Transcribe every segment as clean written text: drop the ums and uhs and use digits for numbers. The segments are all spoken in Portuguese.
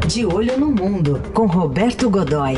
De Olho no Mundo, com Roberto Godoy.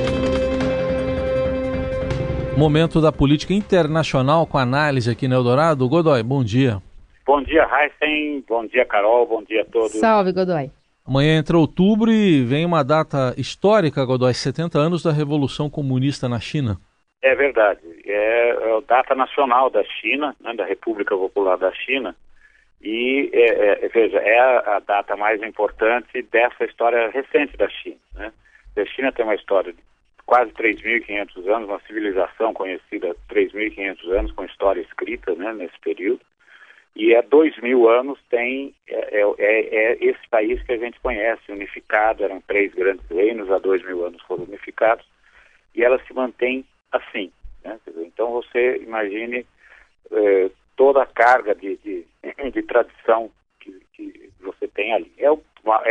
Momento da política internacional com análise aqui no Eldorado. Godoy, bom dia. Bom dia, Heisen. Bom dia, Carol. Bom dia a todos. Salve, Godoy. Amanhã entra outubro e vem uma data histórica, Godoy, 70 anos da Revolução Comunista na China. É verdade. É a data nacional da China, né, da República Popular da China. E, veja, é a data mais importante dessa história recente da China, né? A China tem uma história de quase 3.500 anos, uma civilização conhecida há 3.500 anos, com história escrita, né, nesse período. E há 2.000 anos tem esse país que a gente conhece, unificado. Eram 3 grandes reinos, há 2.000 anos foram unificados, e ela se mantém assim, né? Então você imagine toda a carga de tradição que você tem ali. É um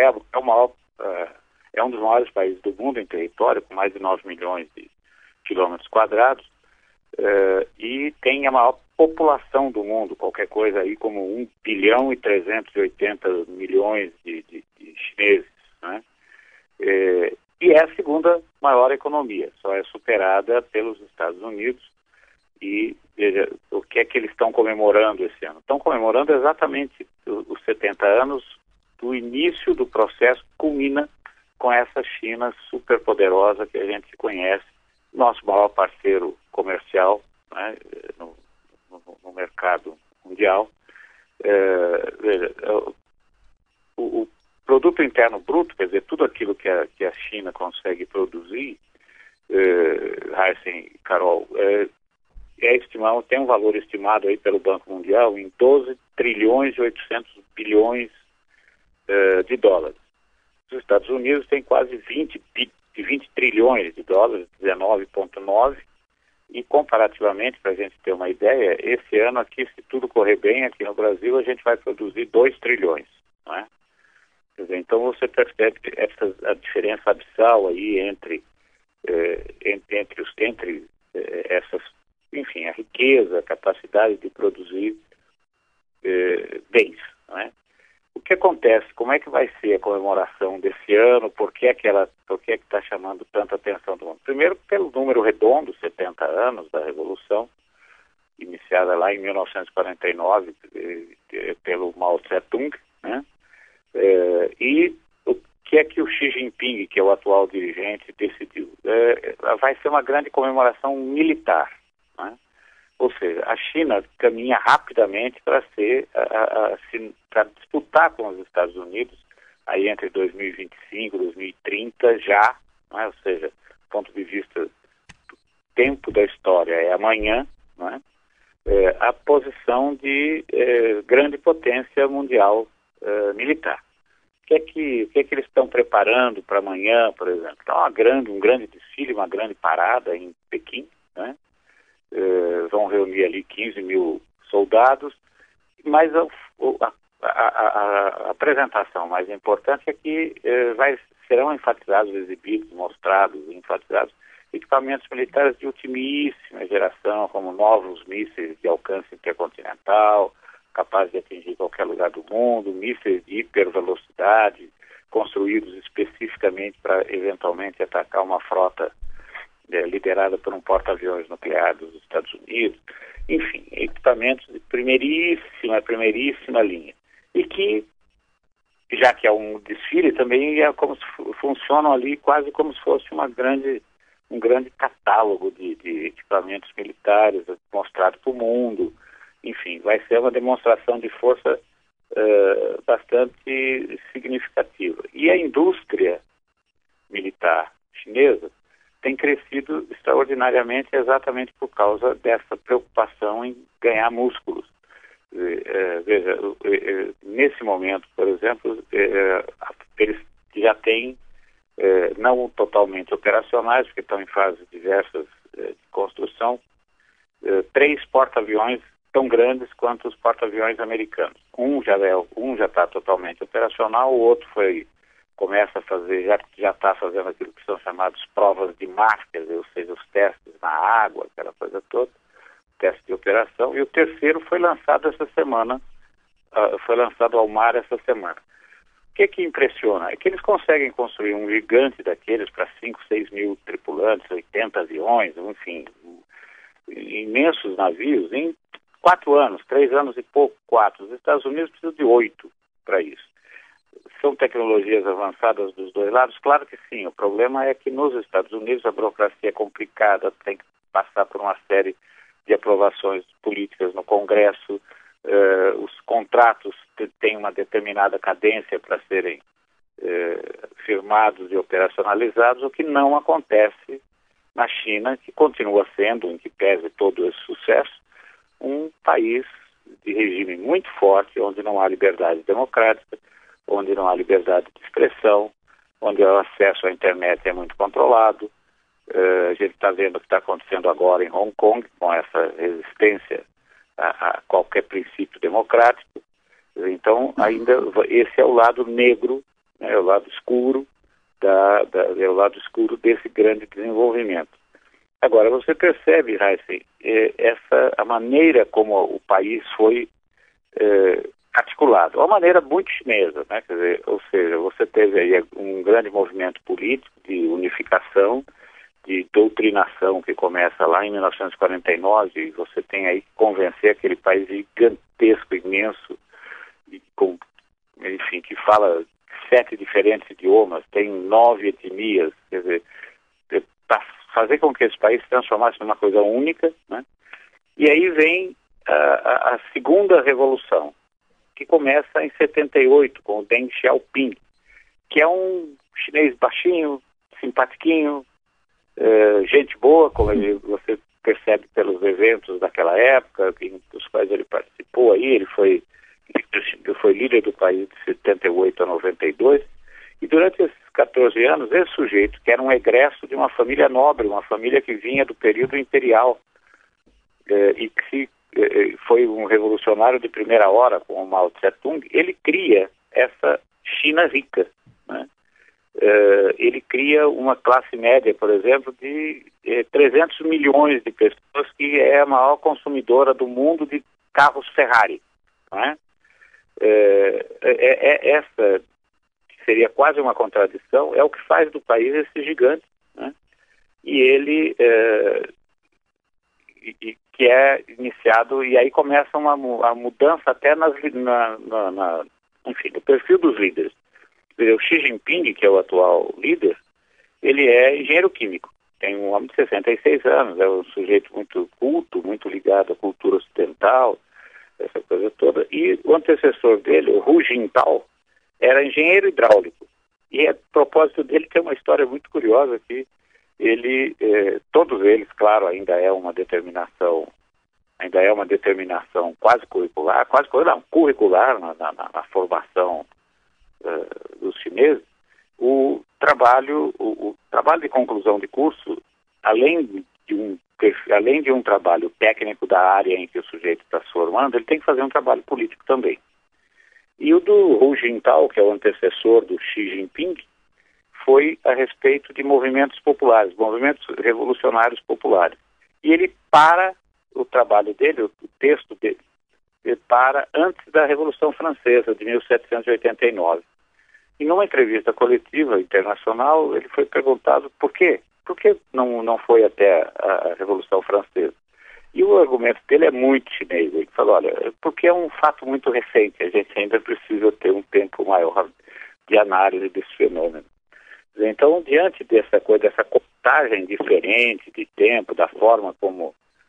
dos maiores países do mundo em território, com mais de 9 milhões de quilômetros quadrados, e tem a maior população do mundo, qualquer coisa aí como 1 bilhão e 380 milhões de chineses, né? E é a segunda maior economia, só é superada pelos Estados Unidos. E veja, o que é que eles estão comemorando esse ano? Estão comemorando exatamente os 70 anos do início do processo, culmina com essa China superpoderosa que a gente conhece, nosso maior parceiro comercial, né, no mercado mundial. Veja, o produto interno bruto, quer dizer, tudo aquilo que a China consegue produzir, Heisen e Carol, tem um valor estimado aí pelo Banco Mundial em 12 trilhões e 800 bilhões de dólares. Os Estados Unidos têm quase 20 trilhões de dólares, 19,9, e comparativamente, para a gente ter uma ideia, esse ano aqui, se tudo correr bem, aqui no Brasil, a gente vai produzir 2 trilhões, não é? Quer dizer, então você percebe a diferença abissal aí entre essas, enfim, a riqueza, a capacidade de produzir bens, não é? O que acontece? Como é que vai ser a comemoração desse ano? Por que é que está chamando tanta atenção do mundo? Primeiro, pelo número redondo, 70 anos da Revolução, iniciada lá em 1949 pelo Mao Tse-tung, né? E o que é que o Xi Jinping, que é o atual dirigente, decidiu? Vai ser uma grande comemoração militar, né? Ou seja, a China caminha rapidamente para para disputar com os Estados Unidos aí entre 2025 e 2030 já, né? Ou seja, do ponto de vista do tempo da história é amanhã, né? A posição de grande potência mundial militar. O que é que eles estão preparando para amanhã, por exemplo? Então, um grande desfile, uma grande parada em Pequim, né? Vão reunir ali 15 mil soldados, mas a apresentação mais importante é que serão enfatizados, exibidos, mostrados, enfatizados equipamentos militares de ultimíssima geração, como novos mísseis de alcance intercontinental, capazes de atingir qualquer lugar do mundo, mísseis de hipervelocidade, construídos especificamente para eventualmente atacar uma frota liderada por um porta-aviões nuclear dos Estados Unidos. Enfim, equipamentos de primeiríssima linha. E que, já que é um desfile, também funcionam ali quase como se fosse um grande catálogo de equipamentos militares mostrado para o mundo. Enfim, vai ser uma demonstração de força bastante significativa. E a indústria militar chinesa tem crescido extraordinariamente exatamente por causa dessa preocupação em ganhar músculos. Veja, nesse momento, por exemplo, eles já têm, não totalmente operacionais, porque estão em fases diversas de construção, 3 porta-aviões tão grandes quanto os porta-aviões americanos. Um já está totalmente operacional, o outro começa a fazer, já está fazendo aquilo que são chamados provas de mar, quer dizer, ou seja, os testes na água, aquela coisa toda, teste de operação, e o terceiro foi lançado essa semana, foi lançado ao mar essa semana. que impressiona? É que eles conseguem construir um gigante daqueles para 5, 6 mil tripulantes, 80 aviões, enfim, imensos navios em 4 anos, 3 anos e pouco, 4. Os Estados Unidos precisam de 8 para isso. São tecnologias avançadas dos dois lados? Claro que sim. O problema é que nos Estados Unidos a burocracia é complicada, tem que passar por uma série de aprovações políticas no Congresso, os contratos têm uma determinada cadência para serem firmados e operacionalizados, o que não acontece na China, que continua sendo, em que pese todo esse sucesso, um país de regime muito forte, onde não há liberdade democrática, onde não há liberdade de expressão, onde o acesso à internet é muito controlado. A gente está vendo o que está acontecendo agora em Hong Kong, com essa resistência a qualquer princípio democrático. Então, ainda esse é o lado negro, né, é o lado escuro, é o lado escuro desse grande desenvolvimento. Agora, você percebe, Heisen, a maneira como o país foi articulado, uma maneira muito chinesa, né? Quer dizer, ou seja, você teve aí um grande movimento político de unificação, de doutrinação que começa lá em 1949, e você tem aí que convencer aquele país gigantesco, imenso, enfim, que fala 7 diferentes idiomas, tem 9 etnias, quer dizer, fazer com que esse país se transformasse numa coisa única, né? E aí vem a segunda revolução, que começa em 78, com o Deng Xiaoping, que é um chinês baixinho, simpatiquinho, gente boa, como você percebe pelos eventos daquela época, dos quais ele participou aí. Ele foi líder do país de 78 a 92, e durante esses 14 anos, esse sujeito, que era um egresso de uma família nobre, uma família que vinha do período imperial, e que foi um revolucionário de primeira hora, com o Mao Tse-tung, ele cria essa China rica, né? Ele cria uma classe média, por exemplo, de 300 milhões de pessoas, que é a maior consumidora do mundo de carros Ferrari, né? Essa, que seria quase uma contradição, é o que faz do país esse gigante, né? E ele... que é iniciado, e aí começa a mudança até enfim, no perfil dos líderes. O Xi Jinping, que é o atual líder, ele é engenheiro químico, tem um homem de 66 anos, é um sujeito muito culto, muito ligado à cultura ocidental, essa coisa toda, e o antecessor dele, o Hu Jintao, era engenheiro hidráulico, e a propósito dele tem uma história muito curiosa que ele, todos eles, claro, ainda é uma determinação quase curricular, curricular na formação dos chineses. O trabalho de conclusão de curso, além de um trabalho técnico da área em que o sujeito está se formando, ele tem que fazer um trabalho político também. E o do Hu Jintao, que é o antecessor do Xi Jinping, foi a respeito de movimentos populares, movimentos revolucionários populares. E ele para o trabalho dele, o texto dele, ele para antes da Revolução Francesa, de 1789. E numa entrevista coletiva internacional, ele foi perguntado por quê? Por que não foi até a Revolução Francesa? E o argumento dele é muito chinês. Ele falou, olha, porque é um fato muito recente, a gente ainda precisa ter um tempo maior de análise desse fenômeno. Então, diante dessa contagem diferente de tempo, da forma como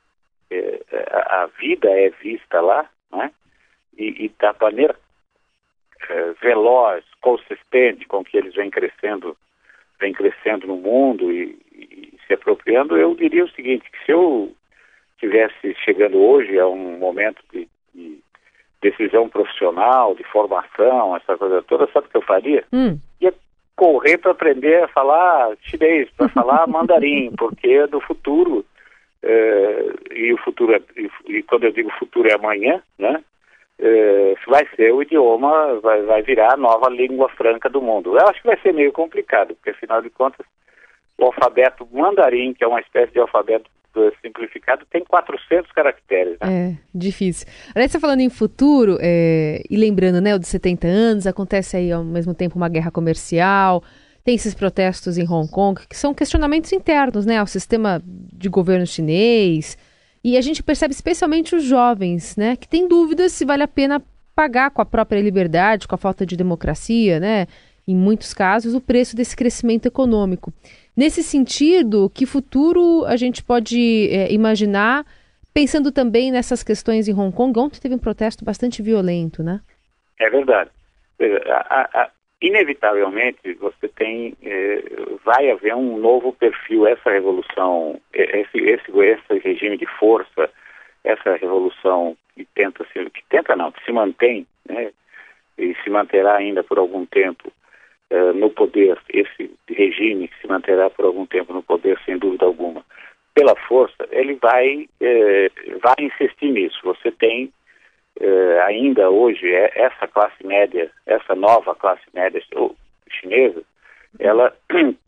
a vida é vista lá, né? E da maneira veloz, consistente com que eles vêm crescendo no mundo e se apropriando, eu diria o seguinte, que se eu estivesse chegando hoje a um momento de decisão profissional, de formação, essa coisa toda, sabe o que eu faria? Ia correr para aprender a falar chinês, para falar mandarim, porque é do futuro, e o futuro e quando eu digo futuro é amanhã, né? Vai ser o idioma, vai virar a nova língua franca do mundo. Eu acho que vai ser meio complicado, porque afinal de contas o alfabeto mandarim, que é uma espécie de alfabeto simplificado, tem 400 caracteres. Né? É, difícil. Aliás, você falando em futuro, e lembrando, né, o de 70 anos, acontece aí ao mesmo tempo uma guerra comercial, tem esses protestos em Hong Kong, que são questionamentos internos, né, ao sistema de governo chinês, e a gente percebe especialmente os jovens, né, que têm dúvidas se vale a pena pagar com a própria liberdade, com a falta de democracia, né, em muitos casos, o preço desse crescimento econômico. Nesse sentido, que futuro a gente pode imaginar, pensando também nessas questões em Hong Kong? Ontem teve um protesto bastante violento, né? É verdade. Inevitavelmente, você vai haver um novo perfil, essa revolução, esse regime de força, essa revolução que se mantém, né, e se manterá ainda por algum tempo no poder, esse regime que se manterá por algum tempo no poder, sem dúvida alguma, pela força, ele vai insistir nisso. Você tem ainda hoje essa classe média, essa nova classe média chinesa, ela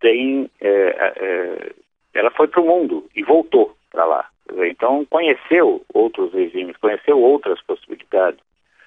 ela foi para o mundo e voltou para lá. Então conheceu outros regimes, conheceu outras possibilidades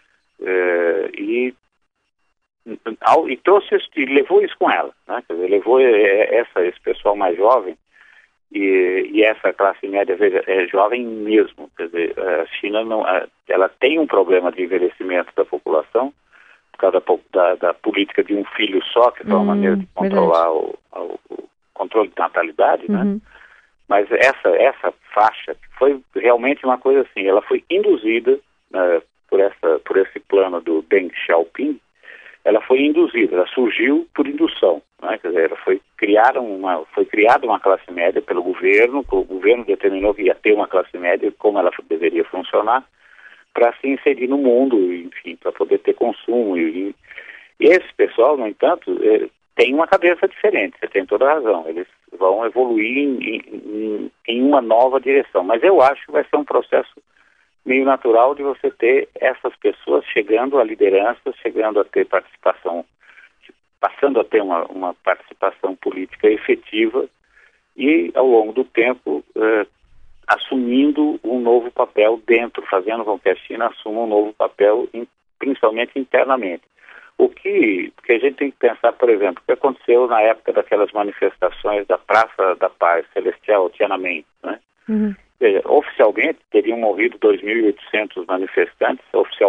e trouxe isso, e levou isso com ela, né? Quer dizer, levou esse pessoal mais jovem e essa classe média é jovem mesmo. Quer dizer, a China ela tem um problema de envelhecimento da população por causa da política de um filho só, que é uma maneira de controlar o controle de natalidade, né? Mas essa faixa foi realmente uma coisa assim, ela foi induzida por esse plano do Deng Xiaoping. Ela foi induzida, ela surgiu por indução, né? Quer dizer, foi criada uma classe média pelo governo, o governo determinou que ia ter uma classe média, como ela deveria funcionar, para se inserir no mundo, enfim, para poder ter consumo. E esse pessoal, no entanto, tem uma cabeça diferente, você tem toda a razão, eles vão evoluir em uma nova direção, mas eu acho que vai ser um processo meio natural de você ter essas pessoas chegando à liderança, chegando a ter participação, passando a ter uma participação política efetiva e, ao longo do tempo, assumindo um novo papel dentro, fazendo com que a China assuma um novo papel, principalmente internamente. O que a gente tem que pensar, por exemplo, o que aconteceu na época daquelas manifestações da Praça da Paz Celestial, Tiananmen, né? Uhum. Veja, oficialmente teriam morrido 2.800 manifestantes,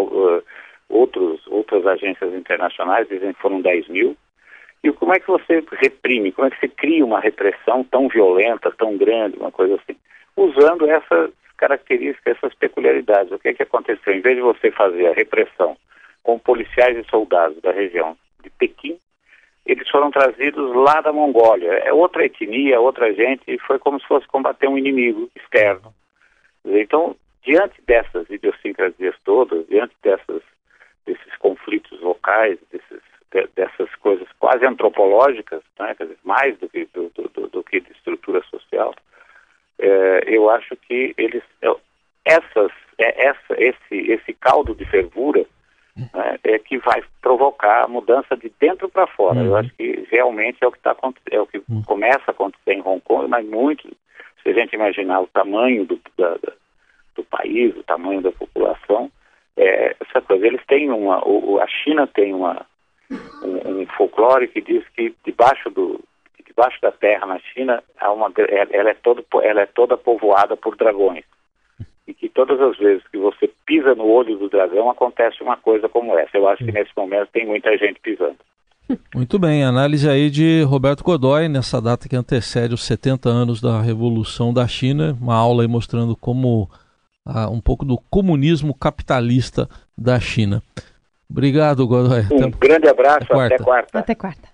outras agências internacionais dizem que foram 10.000. E como é que você reprime, como é que você cria uma repressão tão violenta, tão grande, uma coisa assim? Usando essas características, essas peculiaridades. O que é que aconteceu? Em vez de você fazer a repressão com policiais e soldados da região de Pequim, eles foram trazidos lá da Mongólia. É outra etnia, outra gente, e foi como se fosse combater um inimigo externo. Então, diante dessas idiosincrasias todas, diante desses conflitos locais, dessas coisas quase antropológicas, né, quer dizer, mais do que de estrutura social, eu acho que esse caldo de fervura, né, é que vai provocar a mudança de dentro para fora. Eu acho que realmente é o que começa a acontecer em Hong Kong, mas muito, se a gente imaginar o tamanho do país, o tamanho da população, essa coisa. Eles têm a China tem um folclore que diz que debaixo da terra na China ela é toda povoada por dragões. E que todas as vezes que você pisa no olho do dragão, acontece uma coisa como essa. Eu acho que nesse momento tem muita gente pisando. Muito bem, análise aí de Roberto Godoy, nessa data que antecede os 70 anos da Revolução da China, uma aula aí mostrando como um pouco do comunismo capitalista da China. Obrigado, Godoy. Um grande abraço, até quarta. Até quarta.